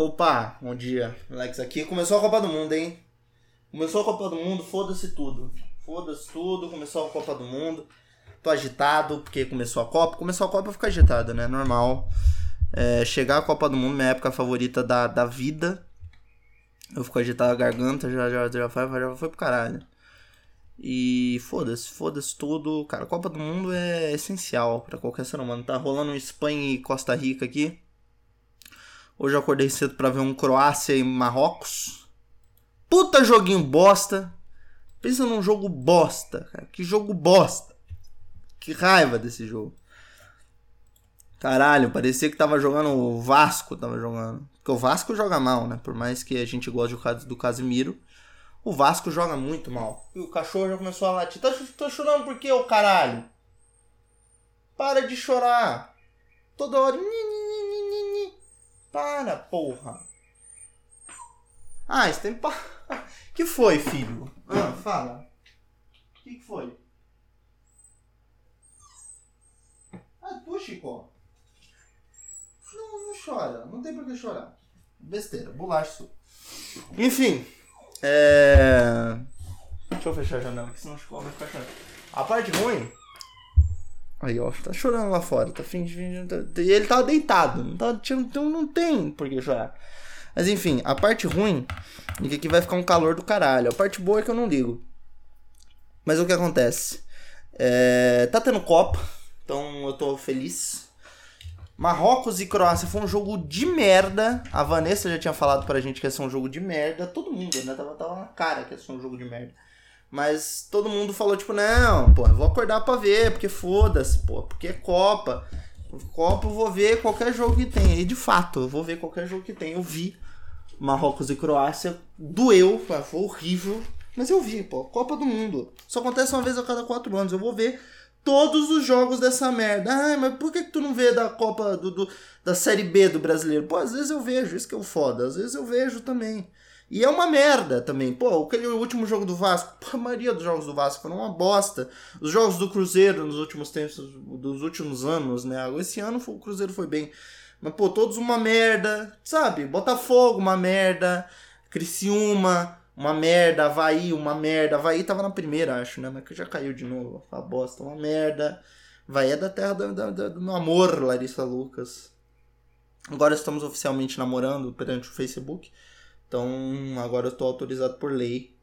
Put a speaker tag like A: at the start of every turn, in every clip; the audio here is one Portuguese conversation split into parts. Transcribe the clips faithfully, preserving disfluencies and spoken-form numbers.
A: Opa, bom dia, Alex aqui. Começou a Copa do Mundo, hein? Começou a Copa do Mundo, foda-se tudo. Foda-se tudo, começou a Copa do Mundo. Tô agitado porque começou a Copa. Começou a Copa eu fico agitado, né? Normal. É, chegar a Copa do Mundo, minha época favorita da, da vida. Eu fico agitado, a garganta já, já, já, foi, já foi pro caralho. E foda-se, foda-se tudo. Cara, a Copa do Mundo é essencial pra qualquer ser humano. Tá rolando Espanha e Costa Rica aqui. Hoje eu acordei cedo pra ver um Croácia e Marrocos. Puta joguinho bosta. Pensa num jogo bosta, cara. Que jogo bosta. Que raiva desse jogo. Caralho, parecia que tava jogando o Vasco, tava jogando. Porque o Vasco joga mal, né? Por mais que a gente goste do Casimiro, o Vasco joga muito mal. E o cachorro já começou a latir. Tá, tá chorando por quê, ô caralho? Para de chorar. Toda hora. Para, porra. Ah, isso tem pa... Que foi, filho? Ah, fala. O que, que foi? Ah, tu, Chico. Não, não chora. Não tem por que chorar. Besteira, bolacha. Enfim. É... Deixa eu fechar a janela aqui, senão o Chico vai ficar chorando. A parte ruim... Aí, ó, tá chorando lá fora. Tá fingindo... E ele tava deitado. Não, tá, não, não tem por que chorar. Mas enfim, a parte ruim é que aqui vai ficar um calor do caralho. A parte boa é que eu não ligo. Mas o que acontece? É... Tá tendo Copa, então eu tô feliz. Marrocos e Croácia foi um jogo de merda. A Vanessa já tinha falado pra gente que ia ser um jogo de merda. Todo mundo, né? Tava, tava na cara que ia ser um jogo de merda. Mas todo mundo falou, tipo, não, pô, eu vou acordar pra ver, porque foda-se, pô, porque é Copa. Copa eu vou ver qualquer jogo que tem. E de fato, eu vou ver qualquer jogo que tem. Eu vi Marrocos e Croácia, doeu, foi horrível, mas eu vi, pô, Copa do Mundo. Isso acontece uma vez a cada quatro anos, eu vou ver todos os jogos dessa merda. Ai, mas por que, que tu não vê da Copa, do, do, da Série B do brasileiro? Pô, às vezes eu vejo, isso que é o foda, às vezes eu vejo também. E é uma merda também. Pô, aquele último jogo do Vasco, pô, a maioria dos jogos do Vasco foram uma bosta. Os jogos do Cruzeiro nos últimos tempos, dos últimos anos, né? Esse ano o Cruzeiro foi bem. Mas, pô, todos uma merda, sabe? Botafogo, uma merda. Criciúma, uma merda. Avaí, uma merda. Avaí tava na primeira, acho, né? Mas que já caiu de novo. A bosta, uma merda. Avaí é da terra do, do, do meu amor, Larissa Lucas. Agora estamos oficialmente namorando perante o Facebook. Então, agora eu estou autorizado por lei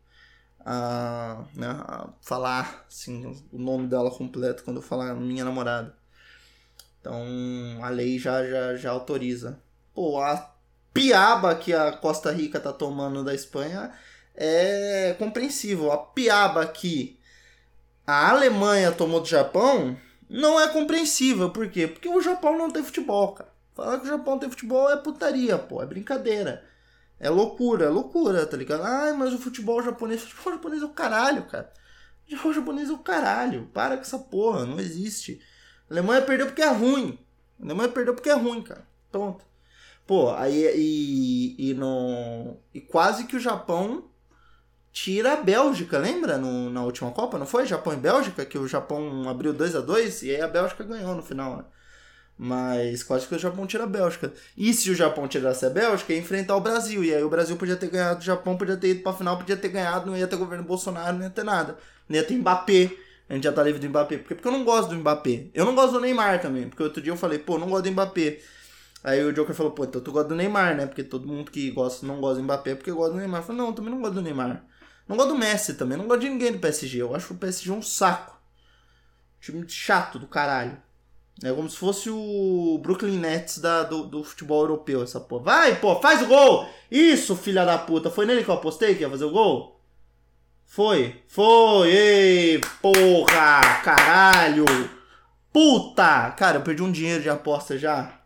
A: a, né, a falar assim, o nome dela completo quando eu falar minha namorada. Então, a lei já, já, já autoriza. Pô, a piaba que a Costa Rica tá tomando da Espanha é compreensível. A piaba que a Alemanha tomou do Japão não é compreensível. Por quê? Porque o Japão não tem futebol, cara. Falar que o Japão tem futebol é putaria, pô, é brincadeira. É loucura, é loucura, tá ligado? Ai, mas o futebol japonês... O futebol japonês é o caralho, cara. O futebol japonês é o caralho. Para com essa porra, não existe. A Alemanha perdeu porque é ruim. A Alemanha perdeu porque é ruim, cara. Pronto. Pô, aí... E, e, no, e quase que o Japão tira a Bélgica, lembra? No, na última Copa, não foi? Japão e Bélgica, que o Japão abriu dois a dois e aí a Bélgica ganhou no final, né? Mas quase que o Japão tira a Bélgica. E se o Japão tirasse a Bélgica, ia enfrentar o Brasil. E aí o Brasil podia ter ganhado, o Japão podia ter ido pra final, podia ter ganhado, não ia ter governo Bolsonaro, não ia ter nada. Não ia ter Mbappé. A gente já tá livre do Mbappé. Porque, porque eu não gosto do Mbappé. Eu não gosto do Neymar também. Porque outro dia eu falei, pô, não gosto do Mbappé. Aí o Joker falou, pô, então tu gosta do Neymar, né? Porque todo mundo que gosta, não gosta do Mbappé porque gosta do Neymar. Eu falei, não, eu também não gosto do Neymar. Não gosto do Messi também. Não gosto de ninguém do P S G. Eu acho o P S G um saco. Time chato do caralho. É como se fosse o Brooklyn Nets da, do, do futebol europeu, essa porra. Vai, pô, faz o gol! Isso, filha da puta. Foi nele que eu apostei que ia fazer o gol? Foi. Foi. Ei, porra, caralho. Puta. Cara, eu perdi um dinheiro de aposta já.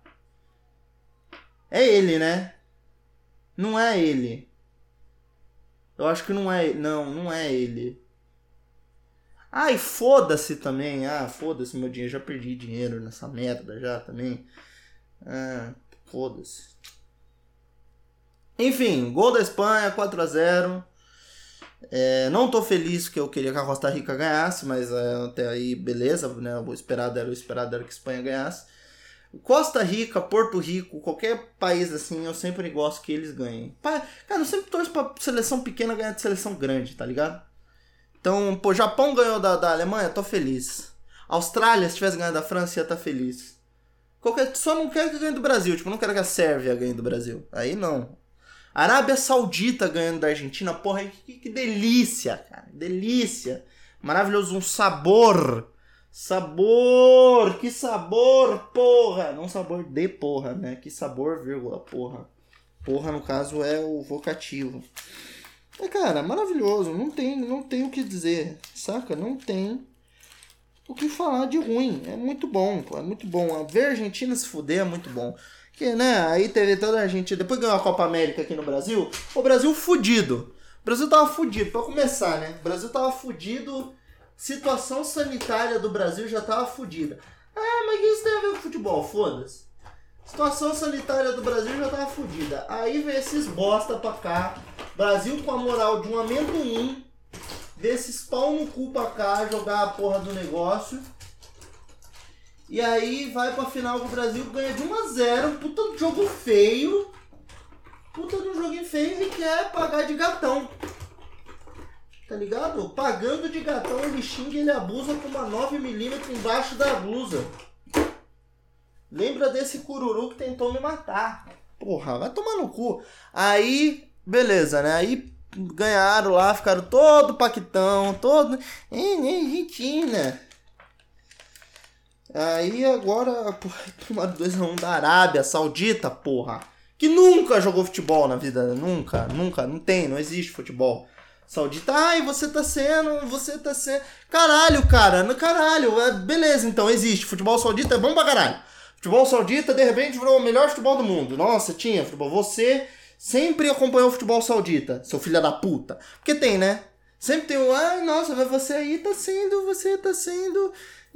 A: É ele, né? Não é ele. Eu acho que não é... Não, não é ele. Ai, foda-se também. Ah, foda-se meu dinheiro. Já perdi dinheiro nessa merda já também. Ah, foda-se. Enfim, gol da Espanha, quatro a zero. É, não tô feliz que eu queria que a Costa Rica ganhasse, mas é, até aí beleza, né? O esperado era, o esperado era que a Espanha ganhasse. Costa Rica, Porto Rico, qualquer país assim, eu sempre gosto que eles ganhem. Cara, eu sempre torço pra seleção pequena ganhar de seleção grande, tá ligado? Então, pô, Japão ganhou da, da Alemanha, tô feliz. Austrália, se tivesse ganhado da França, ia estar feliz. Qualquer, só não quero que ganhe do Brasil, tipo, não quero que a Sérvia ganhe do Brasil. Aí não. Arábia Saudita ganhando da Argentina, porra, que, que delícia, cara, delícia. Maravilhoso, um sabor... Sabor! Que sabor, porra! Não sabor de porra, né? Que sabor, vírgula, porra. Porra, no caso, é o vocativo. É, cara, maravilhoso. Não tem, não tem o que dizer, saca? Não tem o que falar de ruim. É muito bom, pô. É muito bom. Ver a Argentina se fuder é muito bom. Porque, né? Aí teve toda a Argentina. Depois ganhou a Copa América aqui no Brasil. O Brasil fudido. O Brasil tava fudido. Pra começar, né? O Brasil tava fudido... Situação sanitária do Brasil já tava fodida. Ah, mas o que isso tem a ver com futebol? Foda-se. Situação sanitária do Brasil já tava fodida. Aí vem esses bosta pra cá. Brasil com a moral de um amendoim. Vê esses pau no cu pra cá jogar a porra do negócio. E aí vai pra final que o Brasil ganha de um a zero. Puta de jogo feio. Puta de um joguinho feio e quer pagar de gatão. Tá ligado? Pagando de gatão, ele xinga e ele abusa com uma nove milímetros embaixo da blusa. Lembra desse cururu que tentou me matar. Porra, vai tomar no cu. Aí, beleza, né? Aí ganharam lá, ficaram todo paquitão, todo... Argentina. Aí agora, porra, tomaram dois a um da Arábia Saudita, porra. Que nunca jogou futebol na vida, nunca, nunca, não tem, não existe futebol. Saudita, ai, você tá sendo, você tá sendo... Caralho, cara, no caralho, é, beleza, então, existe. Futebol saudita é bom pra caralho. Futebol saudita, de repente, virou o melhor futebol do mundo. Nossa, tinha futebol. Você sempre acompanhou o futebol saudita, seu filho da puta. Porque tem, né? Sempre tem o, ai, nossa, você aí tá sendo, você tá sendo...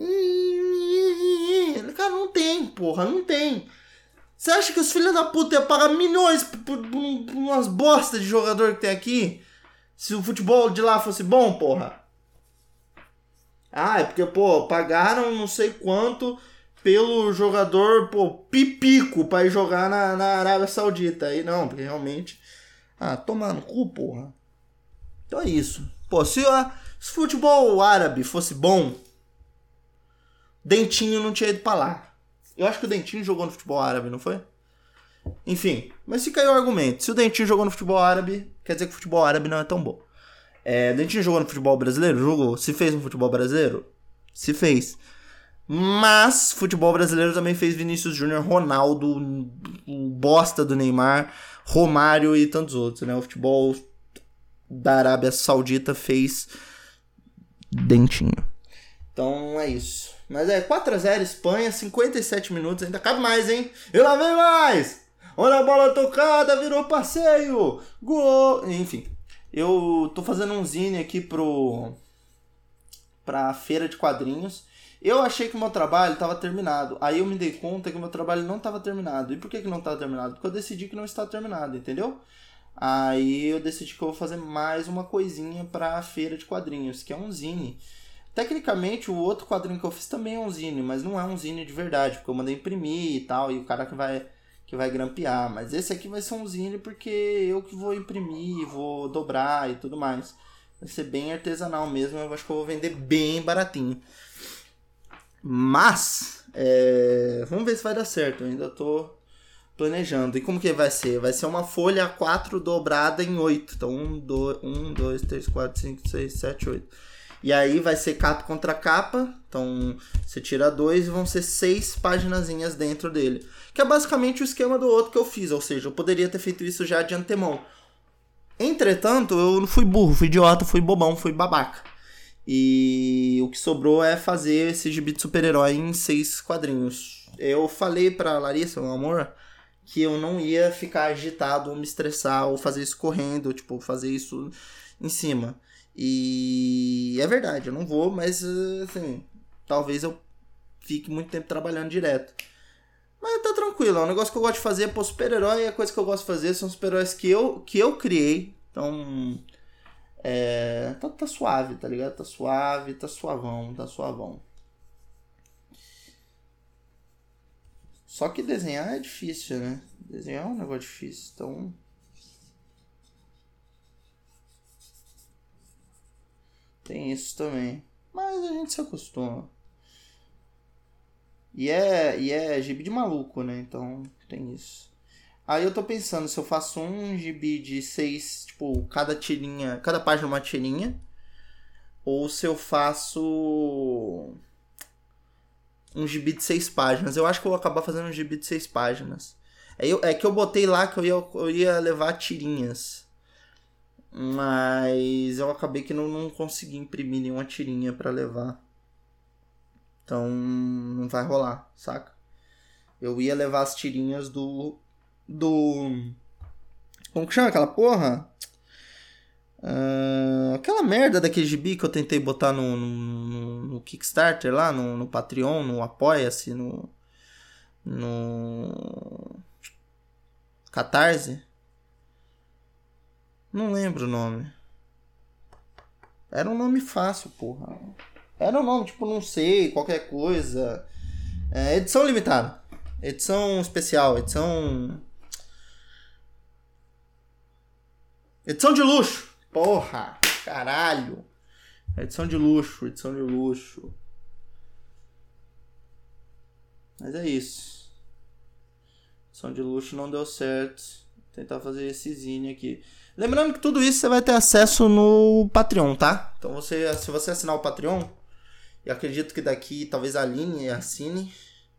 A: Cara, não tem, porra, não tem. Você acha que os filhos da puta iam pagar milhões por, por, por umas bostas de jogador que tem aqui? Se o futebol de lá fosse bom, porra. Ah, é porque, pô, pagaram não sei quanto pelo jogador, pô, pipico pra ir jogar na, na Arábia Saudita. Aí não, porque realmente... Ah, tomar no cu, porra. Então é isso. Pô, se, a, se o futebol árabe fosse bom, Dentinho não tinha ido pra lá. Eu acho que o Dentinho jogou no futebol árabe, não foi? Enfim, mas fica aí o argumento. Se o Dentinho jogou no futebol árabe, quer dizer que o futebol árabe não é tão bom. É, o Dentinho jogou no futebol brasileiro? Jogou. Se fez no futebol brasileiro? Se fez. Mas futebol brasileiro também fez Vinícius Júnior, Ronaldo, o bosta do Neymar, Romário e tantos outros, né? O futebol da Arábia Saudita fez Dentinho. Então é isso. Mas é quatro a zero Espanha, cinquenta e sete minutos, ainda cabe mais, hein? E lá vem mais! Olha a bola tocada, virou passeio! Gol! Enfim, eu tô fazendo um zine aqui pro... pra feira de quadrinhos. Eu achei que o meu trabalho estava terminado. Aí eu me dei conta que o meu trabalho não estava terminado. E por que que não estava terminado? Porque eu decidi que não está terminado, entendeu? Aí eu decidi que eu vou fazer mais uma coisinha pra feira de quadrinhos, que é um zine. Tecnicamente, o outro quadrinho que eu fiz também é um zine, mas não é um zine de verdade, porque eu mandei imprimir e tal, e o cara que vai, que vai grampear. Mas esse aqui vai ser um zine porque eu que vou imprimir, vou dobrar e tudo mais. Vai ser bem artesanal mesmo, eu acho que eu vou vender bem baratinho. Mas, é... vamos ver se vai dar certo, eu ainda tô planejando. E como que vai ser? Vai ser uma folha A quatro dobrada em oito. Então, um, dois, três, quatro, cinco, seis, sete, oito. E aí vai ser capa contra capa. Então, você tira dois e vão ser seis paginazinhas dentro dele. Que é basicamente o esquema do outro que eu fiz. Ou seja, eu poderia ter feito isso já de antemão. Entretanto, eu não fui burro, fui idiota, fui bobão, fui babaca. E o que sobrou é fazer esse gibi de super-herói em seis quadrinhos. Eu falei pra Larissa, meu amor, que eu não ia ficar agitado ou me estressar ou fazer isso correndo, tipo, fazer isso em cima. E é verdade, eu não vou, mas assim, talvez eu fique muito tempo trabalhando direto. Mas tá tranquilo, é um negócio que eu gosto de fazer, pô, super-herói é a coisa que eu gosto de fazer, são super-heróis que eu, que eu criei, então é, tá, tá suave, tá ligado? Tá suave, tá suavão, tá suavão. Só que desenhar é difícil, né? Desenhar é um negócio difícil, então... Tem isso também. Mas a gente se acostuma. E é, e é gibi de maluco, né? Então tem isso. Aí eu tô pensando se eu faço um gibi de seis, tipo, cada tirinha, cada página uma tirinha. Ou se eu faço um gibi de seis páginas. Eu acho que eu vou acabar fazendo um gibi de seis páginas. É, eu, é que eu botei lá que eu ia, eu ia levar tirinhas. Mas eu acabei que não, não consegui imprimir nenhuma tirinha pra levar. Então não vai rolar, saca? Eu ia levar as tirinhas do... Do... Como que chama aquela porra? Uh, aquela merda daquele gibi que eu tentei botar no, no, no, no Kickstarter lá, no, no Patreon, no Apoia-se, no... No... Catarse? Não lembro o nome. Era um nome fácil, porra. Era um nome, tipo, não sei, qualquer coisa. É, edição limitada. Edição especial, edição... Edição de luxo. Porra, caralho. Edição de luxo, edição de luxo. Mas é isso. Edição de luxo não deu certo. Vou tentar fazer esse zine aqui. Lembrando que tudo isso você vai ter acesso no Patreon, tá? Então você, se você assinar o Patreon, e acredito que daqui talvez a Aline assine,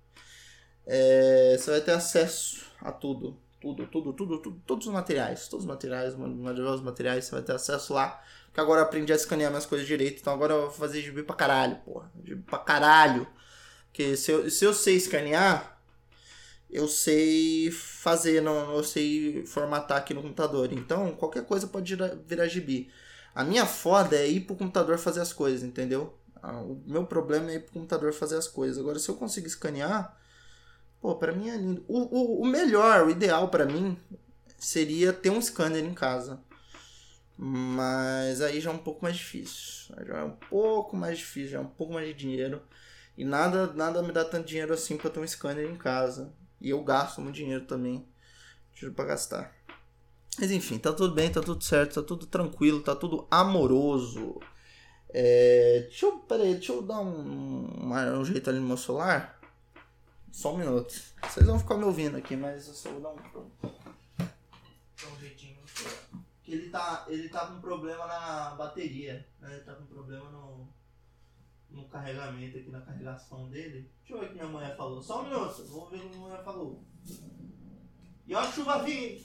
A: é, você vai ter acesso a tudo. Tudo, tudo, tudo, tudo, todos os materiais. Todos os materiais, maravilhosos materiais, você vai ter acesso lá. Porque agora eu aprendi a escanear minhas coisas direito. Então agora eu vou fazer gibi pra caralho, porra. Gibi pra caralho. Porque se eu, se eu sei escanear, eu sei fazer, não, eu sei formatar aqui no computador. Então qualquer coisa pode virar, virar gibi. A minha foda é ir pro computador fazer as coisas, entendeu? O meu problema é ir pro computador fazer as coisas. Agora, se eu conseguir escanear, pô, pra mim é lindo. O, o, o melhor, o ideal pra mim seria ter um scanner em casa. Mas aí já é um pouco mais difícil. Já é um pouco mais difícil, já é um pouco mais de dinheiro. E nada, nada me dá tanto dinheiro assim pra ter um scanner em casa. E eu gasto muito dinheiro também. Tiro pra gastar. Mas enfim, tá tudo bem, tá tudo certo, tá tudo tranquilo, tá tudo amoroso. É, deixa eu, peraí, deixa eu dar um, um, um jeito ali no meu celular. Só um minuto. Vocês vão ficar me ouvindo aqui, mas eu só vou dar um, dar um jeitinho. Ele tá, ele tá com problema na bateria, né? Ele tá com problema no, no carregamento aqui, na carregação dele. Deixa eu ver o que minha mulher falou. Só um minuto, vou ver o que minha mulher falou. E ó a chuva vindo!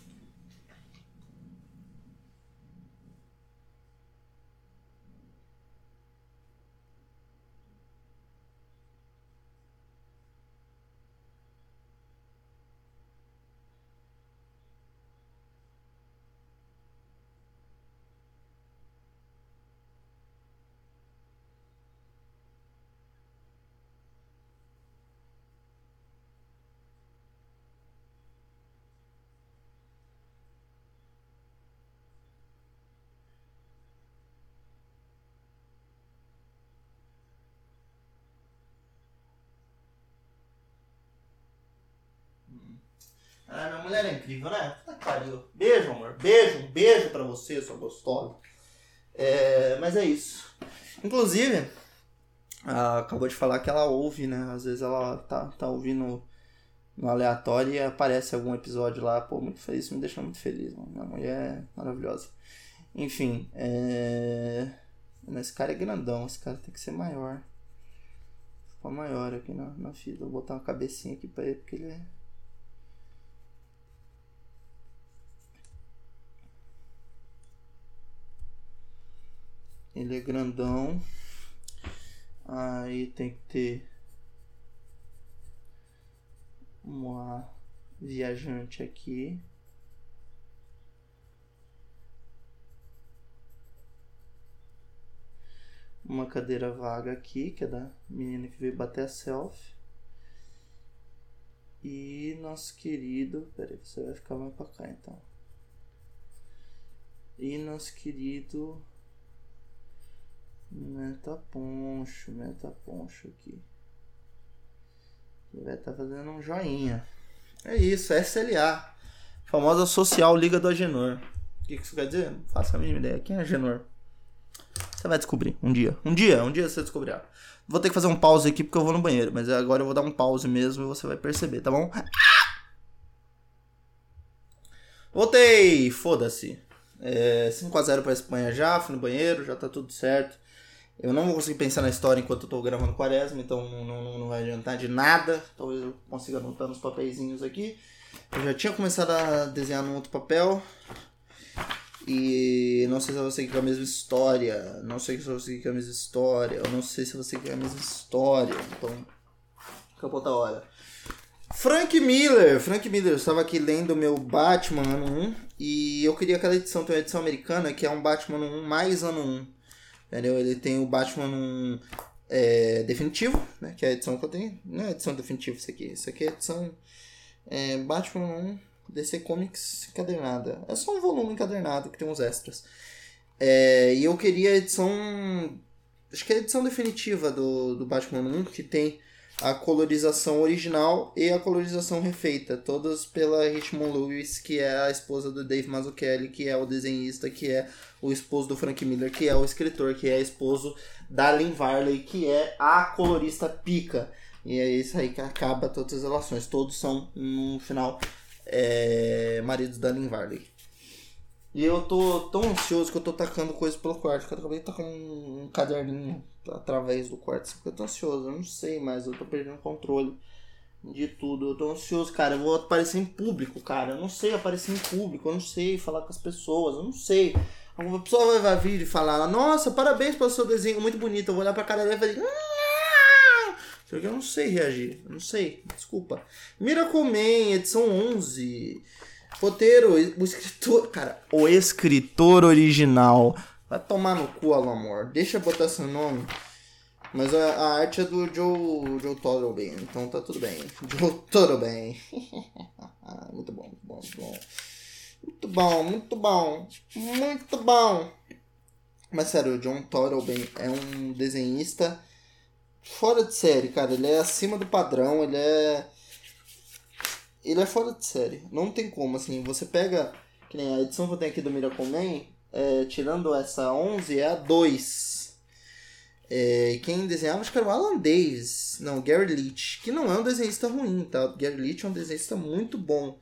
A: Ah, minha mulher é incrível, né? Puta que pariu. Beijo, amor. Beijo, um beijo pra você, sua gostosa. É, mas é isso. Inclusive, ela acabou de falar que ela ouve, né? Às vezes ela tá, tá ouvindo no aleatório e aparece algum episódio lá. Pô, muito feliz. Isso me deixa muito feliz, mano. Minha mulher é maravilhosa. Enfim, é... esse cara é grandão. Esse cara tem que ser maior. Ficou maior aqui na, na fila. Vou botar uma cabecinha aqui pra ele, porque ele é... Ele é grandão. Aí tem que ter uma viajante aqui. Uma cadeira vaga aqui, que é da menina que veio bater a selfie. E nosso querido... Peraí, você vai ficar mais pra cá então. E nosso querido... Metaponcho, metaponcho aqui. Ele vai estar tá fazendo um joinha. É isso, S L A. Famosa Social Liga do Agenor. O que isso quer dizer? Não faço a mínima ideia. Quem é Agenor? Você vai descobrir um dia. Um dia, um dia você descobrirá. Vou ter que fazer um pause aqui porque eu vou no banheiro. Mas agora eu vou dar um pause mesmo e você vai perceber, tá bom? Voltei! Foda-se. É, cinco a zero pra Espanha já. Fui no banheiro, já tá tudo certo. Eu não vou conseguir pensar na história enquanto eu tô gravando Quaresma. Então não, não, não vai adiantar de nada. Talvez eu consiga anotar nos papeizinhos aqui. Eu já tinha começado a desenhar num outro papel. E não sei se você quer a mesma história. Não sei se você quer a mesma história. Eu não sei se você quer a mesma história. Então, acabou da hora. Frank Miller. Frank Miller. Eu estava aqui lendo o meu Batman ano um. E eu queria aquela edição, tem uma edição americana que é um Batman ano um mais ano um. Entendeu? Ele tem o Batman ano um é, definitivo, né? Que é a edição que eu tenho. Não é edição definitiva isso aqui. Isso aqui é edição é, Batman ano um. D C Comics encadernada. É só um volume encadernado que tem uns extras. É, e eu queria a edição... Acho que é a edição definitiva do, do Batman um, que tem a colorização original e a colorização refeita. Todas pela Richmond Lewis, que é a esposa do Dave Mazzucchelli, que é o desenhista, que é o esposo do Frank Miller, que é o escritor, que é esposo da Lynn Varley, que é a colorista pica. E é isso aí que acaba todas as relações. Todos são, no final... É, maridos da Lynn Varley. E eu tô tão ansioso que eu tô tacando coisas pelo quarto. Que eu acabei de tacar um, um caderninho através do quarto. Porque eu tô ansioso, eu não sei mais. Eu tô perdendo o controle de tudo. Eu tô ansioso, cara. Eu vou aparecer em público, cara. Eu não sei aparecer em público. Eu não sei falar com as pessoas. Eu não sei. Alguma pessoa vai vir e falar: nossa, parabéns pelo seu desenho, muito bonito. Eu vou olhar pra cara dela e falar: porque eu não sei reagir, eu não sei, desculpa. Miracle Man, edição onze. Roteiro, o escritor... Cara, o escritor original. Vai tomar no cu, Alan Moore. Deixa eu botar seu nome. Mas a, a arte é do Joe, Joe Todorban, então tá tudo bem. Joe Todorban. Muito bom, muito bom, muito bom. Muito bom, muito bom. Muito bom. Mas sério, o John Todorban é um desenhista... fora de série, cara. Ele é acima do padrão. Ele é... Ele é fora de série. Não tem como, assim. Você pega... Que nem a edição que eu tenho aqui do Miracle Man. É, tirando essa onze, é a dois. É, e quem desenhava, acho que era o Alan Davis. Não, Gary Leach. Que não é um desenhista ruim, tá? O Gary Leach é um desenhista muito bom.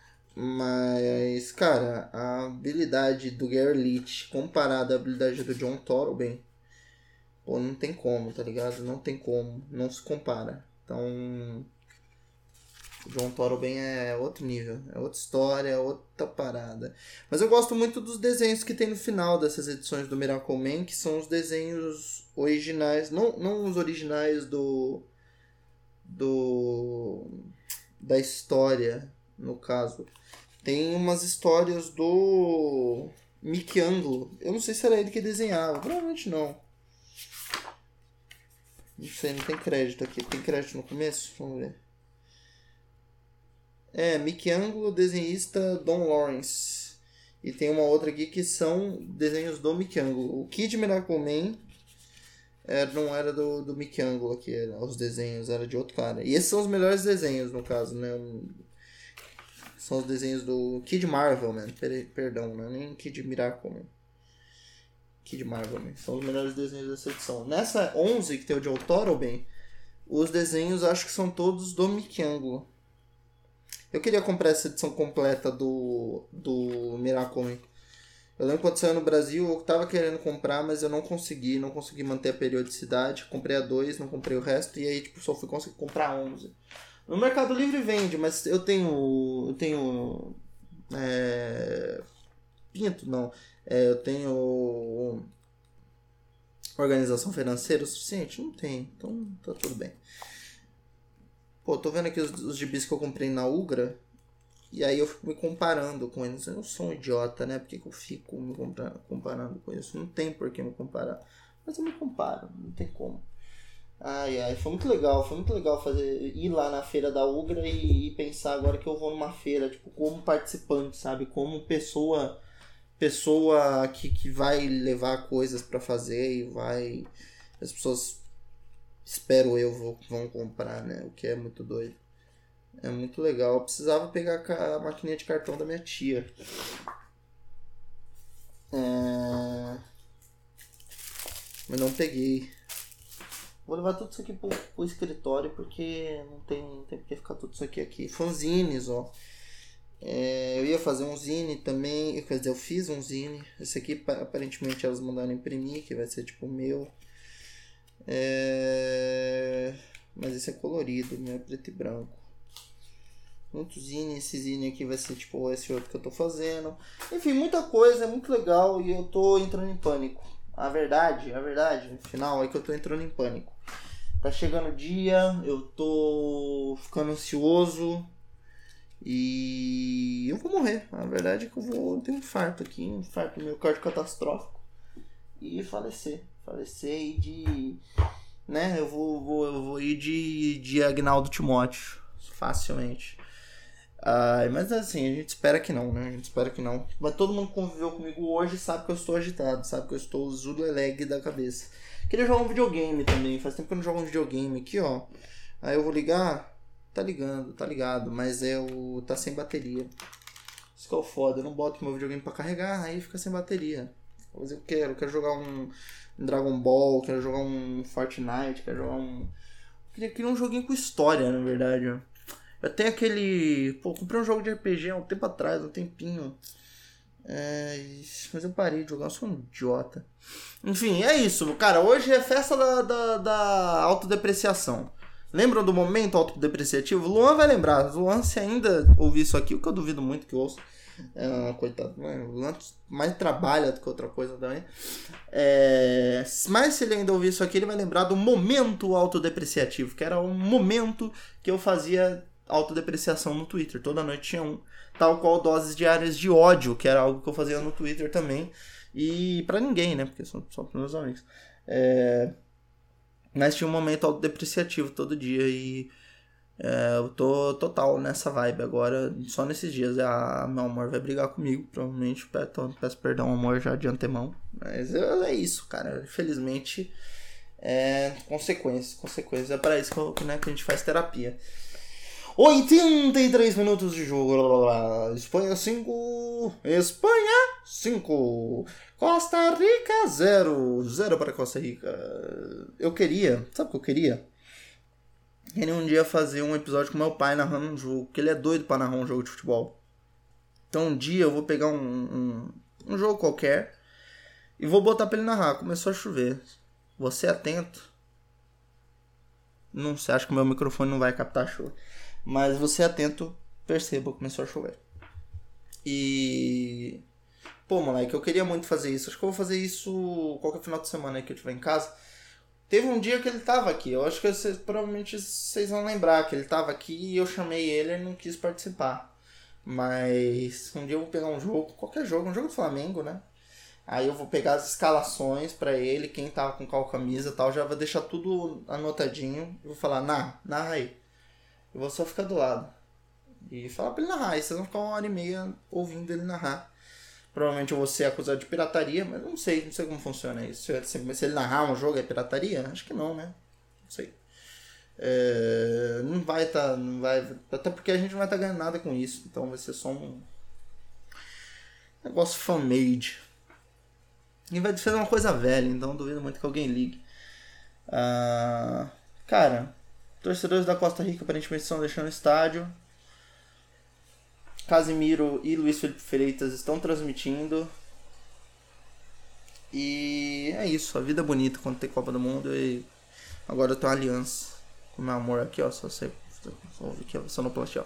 A: Mas, cara, a habilidade do Gary Leach comparada à habilidade do John Todorban... Pô, não tem como, tá ligado? Não tem como. Não se compara. Então... O John Todorban é outro nível. É outra história, é outra parada. Mas eu gosto muito dos desenhos que tem no final dessas edições do Miracle Man, que são os desenhos originais. Não, não os originais do... Do... Da história, no caso. Tem umas histórias do... Mickey Anglo. Eu não sei se era ele que desenhava. Provavelmente não. Não sei, não tem crédito aqui. Tem crédito no começo? Vamos ver. É, Mickey Anglo, desenhista Don Lawrence. E tem uma outra aqui que são desenhos do Mickey Anglo. O Kid Miracle Man é, não era do, do Mickey Anglo aqui, era, os desenhos, era de outro cara. E esses são os melhores desenhos, no caso, né? São os desenhos do Kid Marvel, man. Perdão, não é nem Kid Miracle Man. Kid Marvel, man. São os melhores desenhos dessa edição. Nessa onze, que tem o Joe Todorban, os desenhos acho que são todos do Mickey Anglo. Eu queria comprar essa edição completa do, do Miracle Man. Eu lembro quando saiu no Brasil, eu tava querendo comprar, mas eu não consegui, não consegui manter a periodicidade. Comprei a dois, não comprei o resto, e aí tipo, só fui conseguir comprar a onze. No Mercado Livre vende, mas eu tenho... Eu tenho... É... Pinto, não. É, eu tenho... Organização financeira o suficiente? Não tem, então tá tudo bem. Pô, tô vendo aqui os, os gibis que eu comprei na Ugra. E aí eu fico me comparando com eles. Eu não sou um idiota, né? Por que, que eu fico me comparando com isso? Não tem por que me comparar. Mas eu me comparo, não tem como. Ai, ai, foi muito legal. Foi muito legal fazer, ir lá na feira da Ugra e, e pensar agora que eu vou numa feira, tipo, como participante, sabe? Como pessoa, pessoa que, que vai levar coisas pra fazer e vai... As pessoas espero eu, vou, vão comprar, né? O que é muito doido. É muito legal. Eu precisava pegar a maquininha de cartão da minha tia. É... Mas não peguei. Vou levar tudo isso aqui pro, pro escritório, porque não tem, não tem porque ficar tudo isso aqui aqui. Fanzines, ó. É, eu ia fazer um zine também. Quer dizer, eu fiz um zine. Esse aqui aparentemente elas mandaram imprimir, que vai ser tipo o meu. É... Mas esse é colorido, meu é preto e branco. Muito zine, esse zine aqui vai ser tipo esse outro que eu tô fazendo. Enfim, muita coisa, é muito legal e eu tô entrando em pânico. A verdade, a verdade, no final é que eu tô entrando em pânico. Tá chegando o dia, eu tô ficando ansioso e eu vou morrer. A verdade é que eu vou ter um infarto aqui, um infarto miocárdio catastrófico e falecer. Falecer e de... né, eu vou, vou, eu vou ir de, de Agnaldo Timóteo, facilmente. Ah, mas assim, a gente espera que não, né? A gente espera que não. Mas todo mundo que conviveu comigo hoje sabe que eu estou agitado, sabe que eu estou zuleleg da cabeça. Queria jogar um videogame também, faz tempo que eu não jogo um videogame aqui, ó. Aí eu vou ligar, tá ligando, tá ligado, mas é o tá sem bateria. Isso que é o foda, eu não boto meu videogame pra carregar, aí fica sem bateria. Mas eu quero, eu quero jogar um, um Dragon Ball, quero jogar um Fortnite, quero jogar um... Eu queria criar um joguinho com história, na verdade, ó. Eu tenho aquele... Pô, comprei um jogo de R P G há um tempo atrás, um tempinho. É... Mas eu parei de jogar, eu sou um idiota. Enfim, é isso. Cara, hoje é festa da, da, da autodepreciação. Lembram do momento autodepreciativo? O Luan vai lembrar. O Luan, se ainda ouvir isso aqui, o que eu duvido muito que ouça. É, coitado, né? O Luan mais trabalha do que outra coisa também. É... Mas se ele ainda ouvir isso aqui, ele vai lembrar do momento autodepreciativo. Que era o momento que eu fazia... autodepreciação no Twitter, toda noite tinha um, tal qual doses diárias de ódio, que era algo que eu fazia no Twitter também, e pra ninguém, né, porque são só pros meus amigos, é... mas tinha um momento autodepreciativo todo dia, e é, eu tô total nessa vibe agora, só nesses dias. A meu amor vai brigar comigo, provavelmente, peço, peço perdão, amor, já de antemão, mas é isso, cara, infelizmente, é consequências, consequências, é pra isso que, eu, né, que a gente faz terapia. oitenta e três minutos de jogo. Espanha cinco. Espanha cinco. Costa Rica zero. zero para Costa Rica. Eu queria. Sabe o que eu queria? Queria um dia fazer um episódio com meu pai narrando um jogo. Porque ele é doido para narrar um jogo de futebol. Então um dia eu vou pegar um, um, um jogo qualquer e vou botar para ele narrar. Começou a chover. Você atento. Não sei, acho que o meu microfone não vai captar chuva. Mas você atento, perceba, começou a chover. E... Pô, moleque, eu queria muito fazer isso. Acho que eu vou fazer isso qualquer final de semana aí que eu estiver em casa. Teve um dia que ele tava aqui. Eu acho que vocês, provavelmente vocês vão lembrar que ele tava aqui e eu chamei ele e ele não quis participar. Mas um dia eu vou pegar um jogo, qualquer jogo, um jogo do Flamengo, né? Aí eu vou pegar as escalações pra ele, quem tava com qual camisa e tal. Já vou deixar tudo anotadinho. E vou falar, narra, narra aí. Eu vou só ficar do lado e falar pra ele narrar. E vocês vão ficar uma hora e meia ouvindo ele narrar. Provavelmente eu vou ser acusado de pirataria, mas não sei, não sei como funciona isso. Se, se ele narrar um jogo é pirataria? Acho que não, né? Não sei. É, não vai estar, tá, não vai, até porque a gente não vai estar tá ganhando nada com isso. Então vai ser só um negócio fan-made. E vai ser uma coisa velha, então duvido muito que alguém ligue. Ah, cara... Torcedores da Costa Rica aparentemente estão deixando o estádio. Casimiro e Luiz Felipe Freitas estão transmitindo. E é isso, a vida é bonita quando tem Copa do Mundo. E agora eu tenho uma aliança com meu amor aqui, ó. Só você ouve aqui, ó, sonoplastia, ó.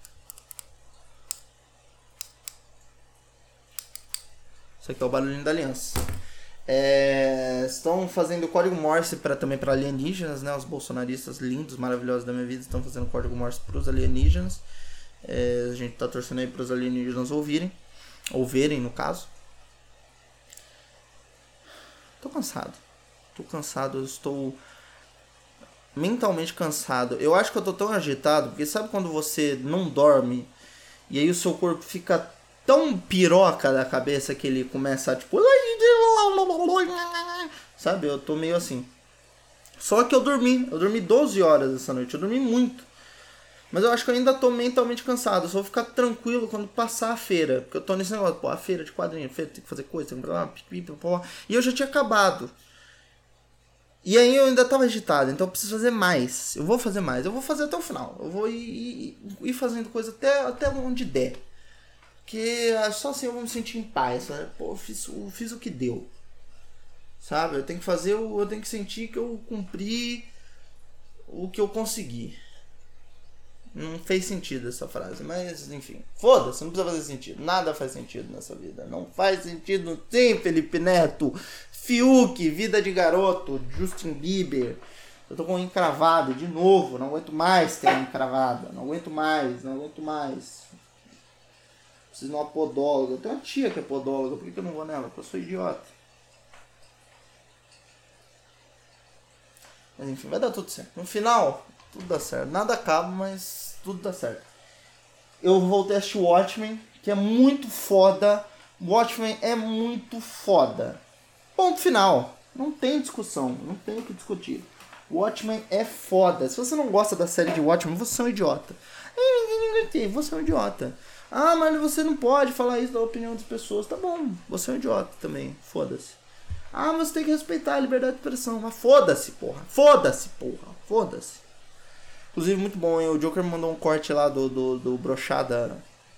A: Isso aqui é o barulhinho da aliança. É, estão fazendo código Morse pra, também para alienígenas, né? Os bolsonaristas lindos, maravilhosos da minha vida estão fazendo código Morse para os alienígenas. É, a gente tá torcendo aí para os alienígenas ouvirem, ou verem no caso. Tô cansado, tô cansado, eu estou mentalmente cansado. Eu acho que eu tô tão agitado, porque sabe quando você não dorme e aí o seu corpo fica tão piroca da cabeça que ele começa a tipo... Sabe, eu tô meio assim. Só que eu dormi, eu dormi doze horas essa noite, eu dormi muito. Mas eu acho que eu ainda tô mentalmente cansado, eu só vou ficar tranquilo quando passar a feira. Porque eu tô nesse negócio, pô, a feira de quadrinho, a feira tem que fazer coisa, tem que fazer uma... E eu já tinha acabado. E aí eu ainda tava agitado, então eu preciso fazer mais. Eu vou fazer mais, eu vou fazer até o final. Eu vou ir, ir, ir fazendo coisa até, até onde der. Porque só assim eu vou me sentir em paz, sabe? Pô, eu fiz, eu fiz o que deu. Sabe? Eu tenho que fazer, eu tenho que sentir que eu cumpri o que eu consegui. Não fez sentido essa frase, mas enfim. Foda-se, não precisa fazer sentido. Nada faz sentido nessa vida. Não faz sentido sim, Felipe Neto. Fiuk, Vida de Garoto, Justin Bieber. Eu tô com unha encravada de novo. Não aguento mais ter unha encravada. Não aguento mais, não aguento mais. Preciso de uma podóloga. Eu tenho uma tia que é podóloga. Por que eu não vou nela? Porque eu sou idiota. Mas enfim, vai dar tudo certo. No final, tudo dá certo. Nada acaba, mas tudo dá certo. Eu voltei a assistir Watchmen, que é muito foda. Watchmen é muito foda. Ponto final. Não tem discussão. Não tem o que discutir. Watchmen é foda. Se você não gosta da série de Watchmen, você é um idiota. Você é um idiota. Ah, mas você não pode falar isso da opinião das pessoas. Tá bom, você é um idiota também. Foda-se. Ah, mas você tem que respeitar a liberdade de expressão. Mas foda-se, porra. Foda-se, porra. Foda-se. Inclusive, muito bom, hein? O Joker me mandou um corte lá do, do, do Brochada.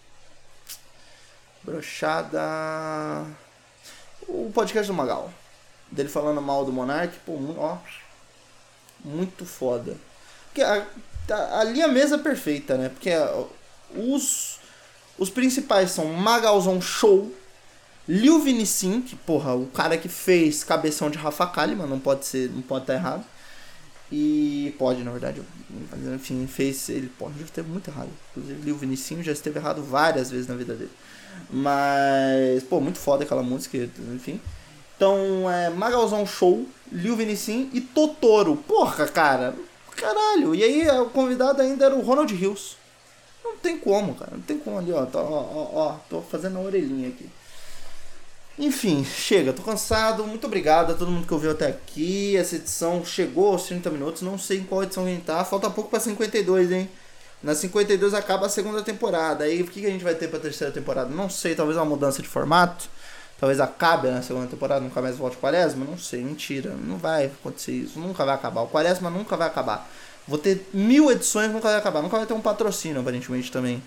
A: Brochada... O podcast do Magal. Dele falando mal do Monark. Pô, ó. Muito foda. Porque a, a, ali a mesa é perfeita, né? Porque a, os, os principais são Magalzão Show, Lil Vinicin, que porra, o cara que fez Cabeção de Rafa Kalimann, não pode ser, não pode estar errado. E pode, na verdade, mas enfim, fez, ele pode já esteve muito errado. Inclusive, Lil Vinicin já esteve errado várias vezes na vida dele. Mas, pô, muito foda aquela música, enfim. Então, é Magalzão Show, Lil Vinicin e Totoro. Porra, cara, caralho. E aí, o convidado ainda era o Ronald Rios. Não tem como, cara, não tem como ali, ó. Tô, ó, ó, ó, tô fazendo a orelhinha aqui. Enfim, chega, tô cansado. Muito obrigado a todo mundo que ouviu até aqui. Essa edição chegou aos trinta minutos. Não sei em qual edição a gente tá. Falta pouco pra cinquenta e dois, hein? Na cinquenta e dois acaba a segunda temporada. Aí o que a gente vai ter pra terceira temporada? Não sei, talvez uma mudança de formato. Talvez acabe na segunda temporada, nunca mais volte o Quaresma. Não sei, mentira. Não vai acontecer isso. Nunca vai acabar. O Quaresma nunca vai acabar. Vou ter mil edições, nunca vai acabar. Nunca vai ter um patrocínio, aparentemente, também.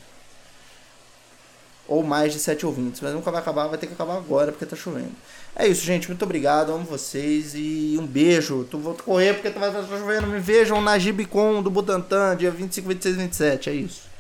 A: Ou mais de sete ouvintes. Mas nunca vai acabar, vai ter que acabar agora, porque tá chovendo. É isso, gente. Muito obrigado. Amo vocês. E um beijo. Tu vou correr porque tá chovendo. Me vejam na Gibicon do Butantã, dia vinte e cinco, vinte e seis, vinte e sete. É isso.